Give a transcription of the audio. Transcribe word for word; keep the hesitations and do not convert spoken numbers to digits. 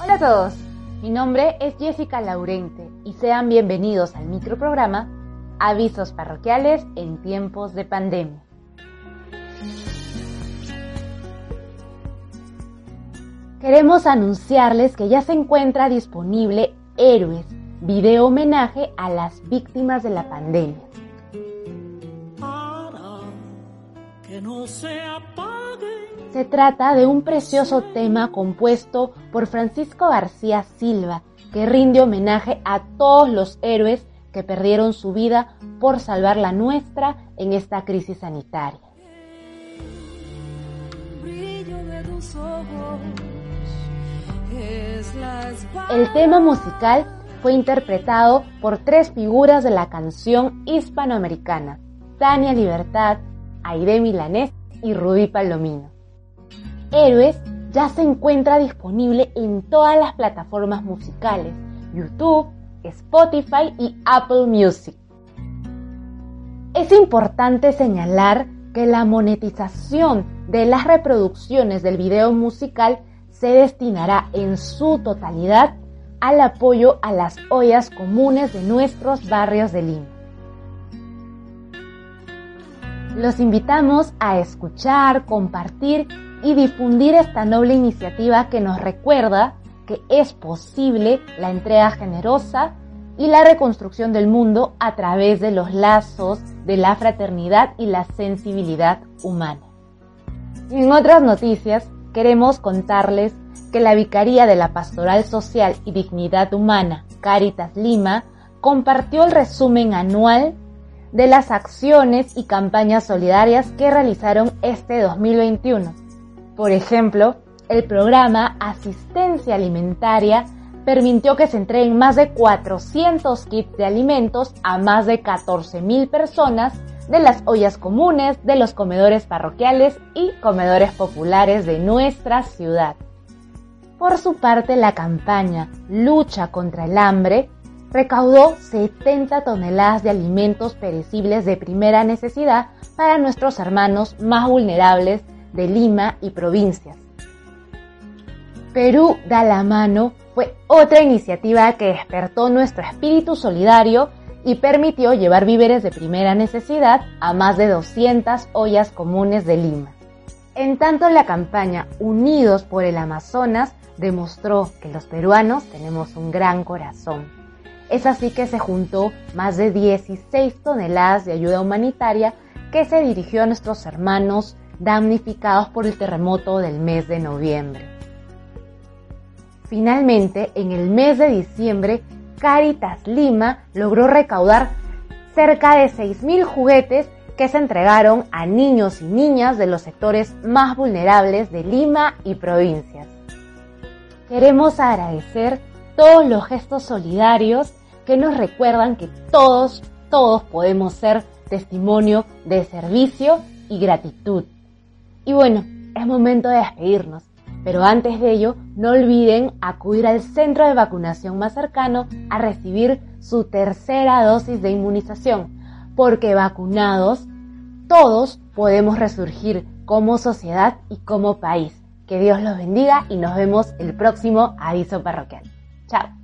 Hola a todos, mi nombre es Jessica Laurente y sean bienvenidos al microprograma Avisos Parroquiales en tiempos de pandemia. Queremos anunciarles que ya se encuentra disponible Héroes, video homenaje a las víctimas de la pandemia. Para que no se apague. Se trata de un precioso tema compuesto por Francisco García Silva, que rinde homenaje a todos los héroes que perdieron su vida por salvar la nuestra en esta crisis sanitaria. El tema musical fue interpretado por tres figuras de la canción hispanoamericana: Tania Libertad, Aide Milanés y Rudy Palomino. Héroes ya se encuentra disponible en todas las plataformas musicales: YouTube, Spotify y Apple Music. Es importante señalar que la monetización de las reproducciones del video musical se destinará en su totalidad al apoyo a las ollas comunes de nuestros barrios de Lima. Los invitamos a escuchar, compartir y difundir esta noble iniciativa que nos recuerda que es posible la entrega generosa y la reconstrucción del mundo a través de los lazos de la fraternidad y la sensibilidad humana. Y en otras noticias, queremos contarles que la Vicaría de la Pastoral Social y Dignidad Humana, Cáritas Lima, compartió el resumen anual de las acciones y campañas solidarias que realizaron este dos mil veintiuno. Por ejemplo, el programa Asistencia Alimentaria permitió que se entreguen más de cuatrocientos kits de alimentos a más de catorce mil personas de las ollas comunes, de los comedores parroquiales y comedores populares de nuestra ciudad. Por su parte, la campaña Lucha contra el Hambre recaudó setenta toneladas de alimentos perecibles de primera necesidad para nuestros hermanos más vulnerables de Lima y provincias. Perú da la mano fue otra iniciativa que despertó nuestro espíritu solidario y permitió llevar víveres de primera necesidad a más de doscientas ollas comunes de Lima. En tanto, la campaña Unidos por el Amazonas demostró que los peruanos tenemos un gran corazón. Es así que se juntó más de dieciséis toneladas de ayuda humanitaria que se dirigió a nuestros hermanos damnificados por el terremoto del mes de noviembre. Finalmente, en el mes de diciembre, Cáritas Lima logró recaudar cerca de seis mil juguetes que se entregaron a niños y niñas de los sectores más vulnerables de Lima y provincias. Queremos agradecer todos los gestos solidarios que nos recuerdan que todos, todos podemos ser testimonio de servicio y gratitud. Y bueno, es momento de despedirnos, pero antes de ello, no olviden acudir al centro de vacunación más cercano a recibir su tercera dosis de inmunización, porque vacunados, todos podemos resurgir como sociedad y como país. Que Dios los bendiga y nos vemos el próximo Aviso Parroquial. Chao.